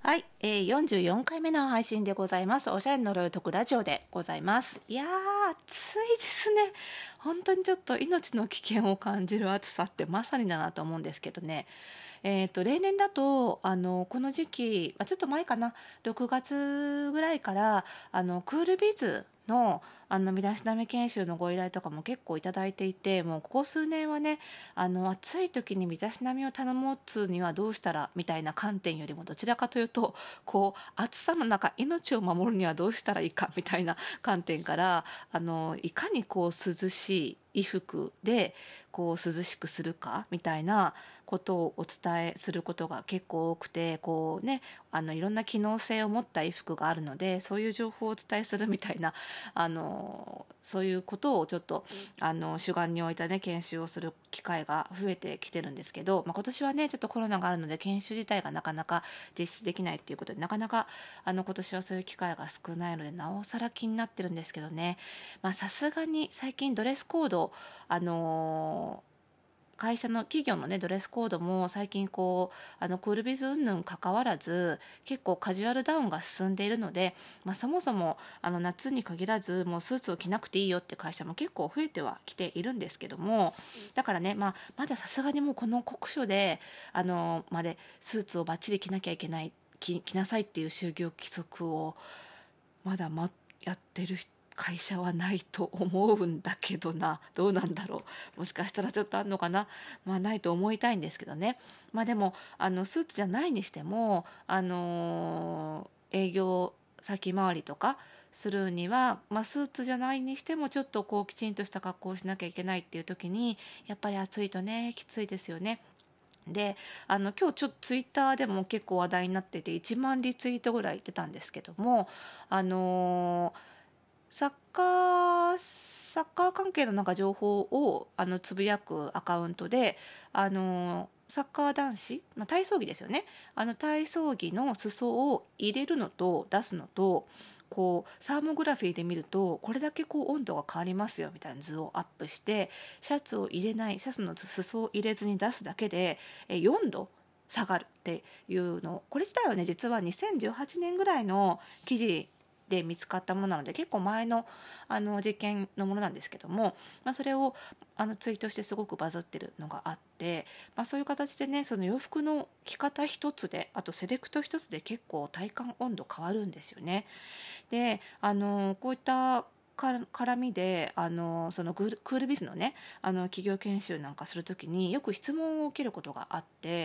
はい、44回目の配信でございます。おしゃれの呪いを解くラジオでございます。いやー、暑いですね。本当にちょっと命の危険を感じる暑さってまさにだなと思うんですけどね。例年だとこの時期、ちょっと前かな、6月ぐらいからクールビズの身だしなみ研修のご依頼とかも結構いただいていて、もうここ数年はね、暑い時に身だしなみを頼もつにはどうしたらみたいな観点よりも、どちらかというと暑さの中命を守るにはどうしたらいいかみたいな観点から、いかに涼しい衣服で涼しくするかみたいなことをお伝えすることが結構多くて、いろんな機能性を持った衣服があるので、そういう情報をお伝えするみたいなそういうことをちょっと主眼に置いたね研修をする機会が増えてきてるんですけど、今年はねちょっとコロナがあるので研修自体がなかなか実施できないっていうことで、なかなか今年はそういう機会が少ないので、なおさら気になってるんですけどね。さすがに最近ドレスコード会社の企業のねドレスコードも最近クールビズ云々関わらず結構カジュアルダウンが進んでいるので、そもそも夏に限らずもうスーツを着なくていいよって会社も結構増えてはきているんですけども、だからね、まださすがにもうこの酷暑でまでスーツをバッチリ着なきゃいけない、着なさいっていう就業規則をまだやってる会社はないと思うんだけどな。どうなんだろう、もしかしたらちょっとあるのかな。ないと思いたいんですけどね。でもスーツじゃないにしても営業先回りとかするには、スーツじゃないにしてもちょっときちんとした格好をしなきゃいけないっていう時に、やっぱり暑いとねきついですよね。で今日ちょっとツイッターでも結構話題になってて1万リツイートぐらい出たんですけども、サッカー関係の情報をつぶやくアカウントでサッカー男子、体操着ですよね。体操着の裾を入れるのと出すのとサーモグラフィーで見るとこれだけ温度が変わりますよみたいな図をアップして、シャツの裾を入れずに出すだけで4度下がるっていうの、これ自体はね実は2018年ぐらいの記事で見つかったものなので結構前の実験のものなんですけども、それをツイートしてすごくバズってるのがあって、そういう形でね、その洋服の着方一つで、あとセレクト一つで結構体感温度変わるんですよね。でこういった絡みでそのクールビズのね企業研修なんかするときによく質問を受けることがあって、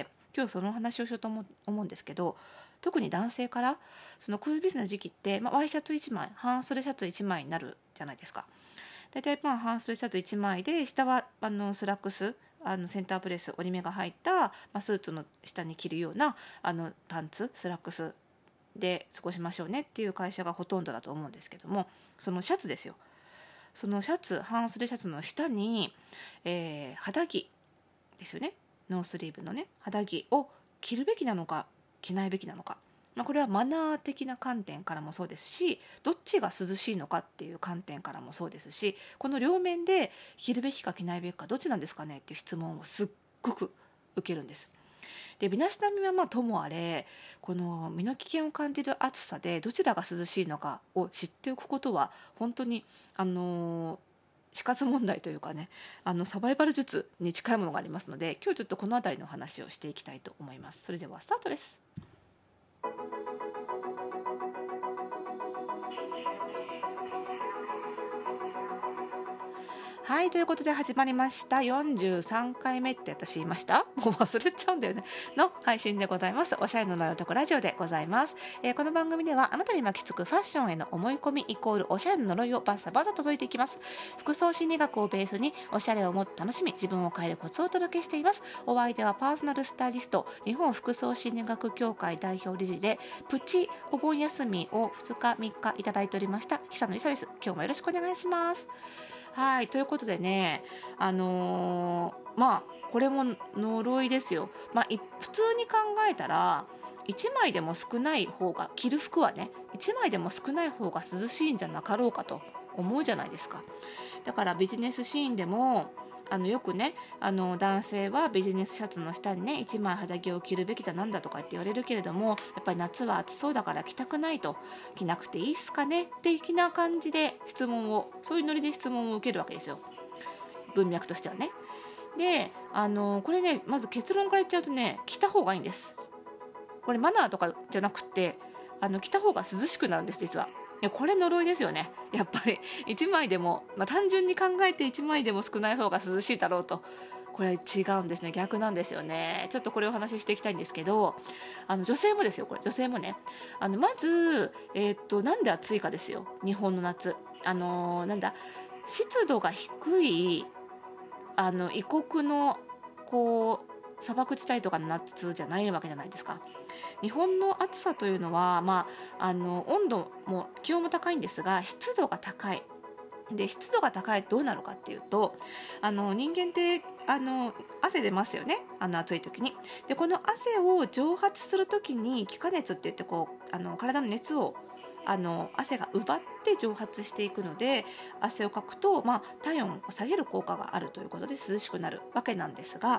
今日その話をしようと思うんですけど、特に男性からそのクールビズの時期って、ワイシャツ1枚半袖シャツ1枚になるじゃないですか。大体半袖シャツ1枚で、下はスラックスセンタープレス折り目が入った、スーツの下に着るようなパンツスラックスで過ごしましょうねっていう会社がほとんどだと思うんですけども、そのシャツですよ。そのシャツ、半袖シャツの下に、肌着ですよね。ノースリーブのね肌着を着るべきなのか着ないべきなのか、これはマナー的な観点からもそうですし、どっちが涼しいのかっていう観点からもそうですし、この両面で着るべきか着ないべきかどっちなんですかねっていう質問をすっごく受けるんです。で身だしなみはともあれ、この身の危険を感じる暑さでどちらが涼しいのかを知っておくことは本当に死活問題というかね、サバイバル術に近いものがありますので、今日ちょっとこの辺りの話をしていきたいと思います。それではスタートです。はい、ということで始まりました43回目って私言いました？もう忘れちゃうんだよねの配信でございます。おしゃれの呪いを解くラジオでございます。この番組ではあなたに巻きつくファッションへの思い込みイコールおしゃれの呪いをバサバサ届いていきます。服装心理学をベースにおしゃれをもっと楽しみ自分を変えるコツをお届けしています。お相手はパーソナルスタイリスト、日本服装心理学協会代表理事でプチお盆休みを2日3日いただいておりました久野理沙です。今日もよろしくお願いします。はい、ということでね、これも呪いですよ。普通に考えたら1枚でも少ない方が、着る服はね1枚でも少ない方が涼しいんじゃなかろうかと思うじゃないですか。だからビジネスシーンでもよくね男性はビジネスシャツの下にね1枚肌着を着るべきだなんだとかって言われるけれども、やっぱり夏は暑そうだから着たくないと、着なくていいっすかね的な感じでそういうノリで質問を受けるわけですよ、文脈としてはね。でこれね、まず結論から言っちゃうとね、着た方がいいんです。これマナーとかじゃなくって着た方が涼しくなるんです。実はいやこれ呪いですよね。やっぱり1枚でも、単純に考えて1枚でも少ない方が涼しいだろうと、これ違うんですね。逆なんですよね。ちょっとこれをお話ししていきたいんですけど、女性もですよ。これ女性もね、まず、なんで暑いかですよ。日本の夏、湿度が低い異国のこう砂漠地帯とかの夏じゃないわけじゃないですか。日本の暑さというのは、温度も気温も高いんですが、湿度が高い。で湿度が高いとどうなるかっていうと、人間って汗出ますよね、暑い時に。でこの汗を蒸発する時に気化熱って言って、体の熱を汗が奪って蒸発していくので、汗をかくと、体温を下げる効果があるということで涼しくなるわけなんですが、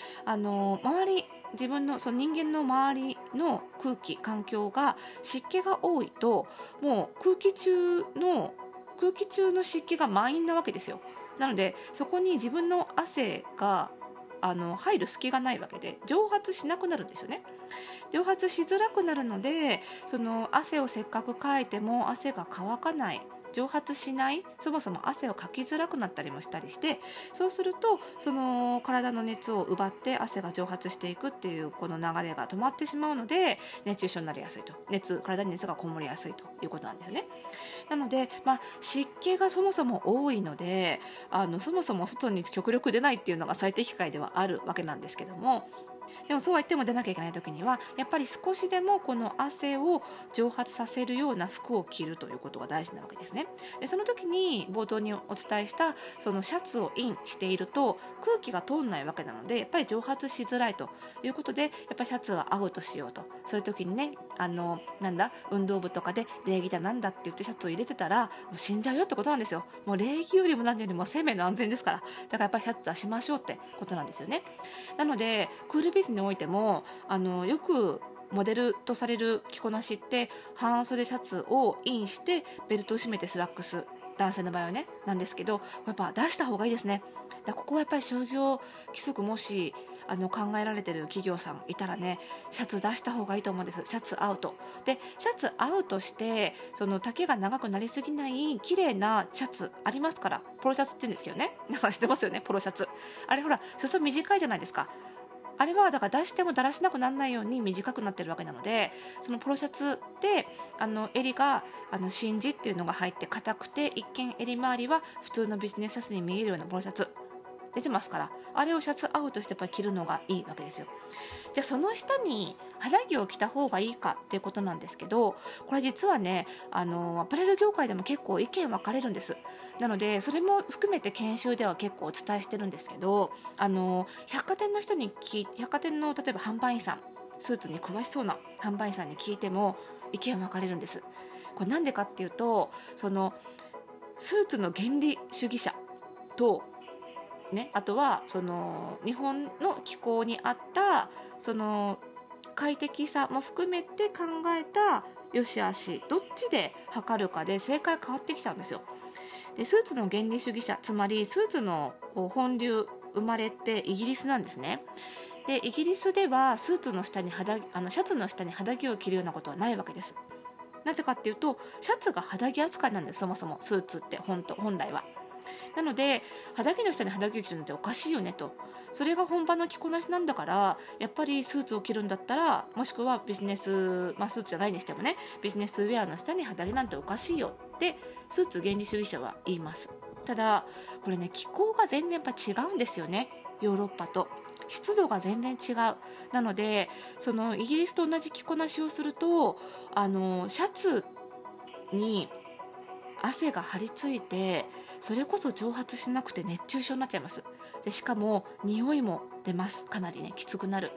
自分のその人間の周りの空気環境が湿気が多いと、もう空気中の湿気が満員なわけですよ。なのでそこに自分の汗が入る隙がないわけで、蒸発しなくなるんですよね。蒸発しづらくなるので、その汗をせっかくかいても汗が乾かない、蒸発しない、そもそも汗をかきづらくなったりもしたりして、そうするとその体の熱を奪って汗が蒸発していくっていうこの流れが止まってしまうので、熱中症になりやすいと、体に熱がこもりやすいということなんですよね。なので、湿気がそもそも多いので、そもそも外に極力出ないっていうのが最適解ではあるわけなんですけども、でもそうは言っても出なきゃいけない時にはやっぱり少しでもこの汗を蒸発させるような服を着るということが大事なわけですね。でその時に冒頭にお伝えしたそのシャツをインしていると空気が通んないわけなので、やっぱり蒸発しづらいということで、やっぱりシャツはアウトしようと。そういう時にね、運動部とかで礼儀だなんだって言ってシャツを入れてたらもう死んじゃうよってことなんですよ。もう礼儀よりも何よりも生命の安全ですから。だからやっぱりシャツ出しましょうってことなんですよね。なのでクールビズにおいてもよくモデルとされる着こなしって、半袖シャツをインしてベルトを締めてスラックス、男性の場合はねなんですけど、やっぱ出した方がいいですね。ここはやっぱり商業規則もし考えられてる企業さんいたらね、シャツ出した方がいいと思うんです。シャツアウトで、シャツアウトしてその丈が長くなりすぎない綺麗なシャツありますから、ポロシャツって言うんですよね。皆さん知ってますよね、ポロシャツ。あれほら裾短いじゃないですか。あれはだから出してもだらしなくならないように短くなってるわけなので、そのポロシャツで襟が真地っていうのが入って硬くて、一見襟周りは普通のビジネスシャツに見えるようなポロシャツ出てますから、あれをシャツアウトしてやっぱり着るのがいいわけですよ。じゃあその下に肌着を着た方がいいかっていうことなんですけど、これ実はねアパレル業界でも結構意見分かれるんです。なのでそれも含めて研修では結構お伝えしてるんですけど、百貨店の例えば販売員さん、スーツに詳しそうな販売員さんに聞いても意見分かれるんです。これなんでかっていうと、そのスーツの原理主義者とあとはその日本の気候に合ったその快適さも含めて考えた良し悪し、どっちで測るかで正解変わってきたんですよ。でスーツの原理主義者、つまりスーツの本流生まれってイギリスなんですね。でイギリスではスーツの下にシャツの下に肌着を着るようなことはないわけです。なぜかっていうと、シャツが肌着扱いなんです。そもそもスーツって本来は。なので肌着の下に肌着を着るなんておかしいよねと。それが本場の着こなしなんだから、やっぱりスーツを着るんだったら、もしくはビジネス、スーツじゃないにしてもね、ビジネスウェアの下に肌着なんておかしいよってスーツ原理主義者は言います。ただこれね、気候が全然やっぱ違うんですよね。ヨーロッパと湿度が全然違う。なのでそのイギリスと同じ着こなしをするとシャツに汗が張り付いて、それこそ蒸発しなくて熱中症になっちゃいます。でしかも匂いも出ます。かなりねきつくなる。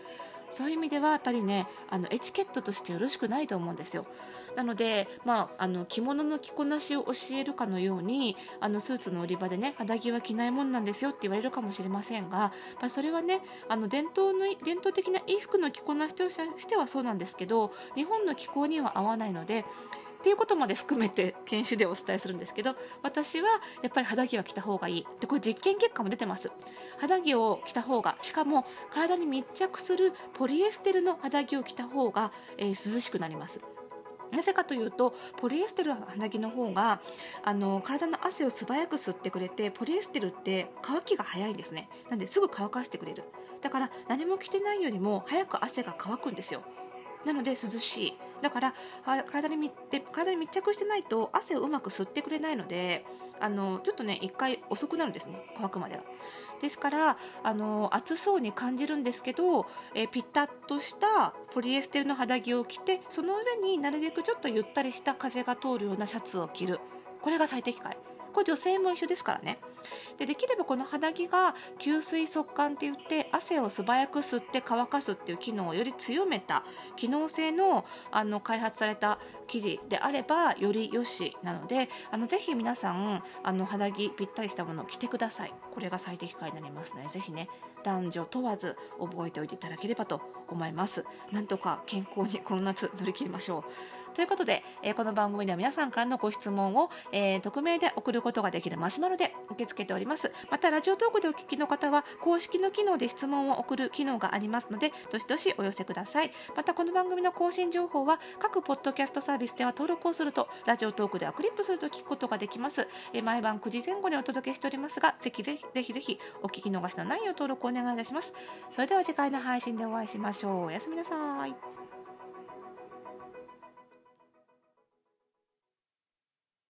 そういう意味ではやっぱりね、エチケットとしてよろしくないと思うんですよ。なので、着物の着こなしを教えるかのようにスーツの売り場でね、肌着は着ないもんなんですよって言われるかもしれませんが、それはね、伝統的な衣服の着こなしとしてはそうなんですけど、日本の気候には合わないのでっていうことまで含めて研修でお伝えするんですけど、私はやっぱり肌着は着た方がいいで、これ実験結果も出てます。肌着を着た方が、しかも体に密着するポリエステルの肌着を着た方が、涼しくなります。なぜかというと、ポリエステルの肌着の方が体の汗を素早く吸ってくれて、ポリエステルって乾きが早いんですね。なんですぐ乾かしてくれる。だから何も着てないよりも早く汗が乾くんですよ。なので涼しい。だから体に密着してないと汗をうまく吸ってくれないので、ちょっとね一回遅くなるんですね、乾くまでは。ですから暑そうに感じるんですけど、ピタッとしたポリエステルの肌着を着て、その上になるべくちょっとゆったりした風が通るようなシャツを着る。これが最適解。これ女性も一緒ですからね。できればこの肌着が吸水速乾って言って、汗を素早く吸って乾かすっていう機能をより強めた機能性の開発された生地であればより良しなので、ぜひ皆さん肌着ぴったりしたものを着てください。これが最適解になりますので、ぜひね、男女問わず覚えておいていただければと思います。なんとか健康にこの夏乗り切りましょう。ということで、この番組では皆さんからのご質問を、匿名で送ることができるマシュマロで受け付けております。またラジオトークでお聞きの方は公式の機能で質問を送る機能がありますので、どしどしお寄せください。またこの番組の更新情報は各ポッドキャストサービスでは登録をすると、ラジオトークではクリップすると聞くことができます。毎晩9時前後にお届けしておりますが、ぜひお聞き逃しのないよう登録をお願いいたします。それでは次回の配信でお会いしましょう。おやすみなさい。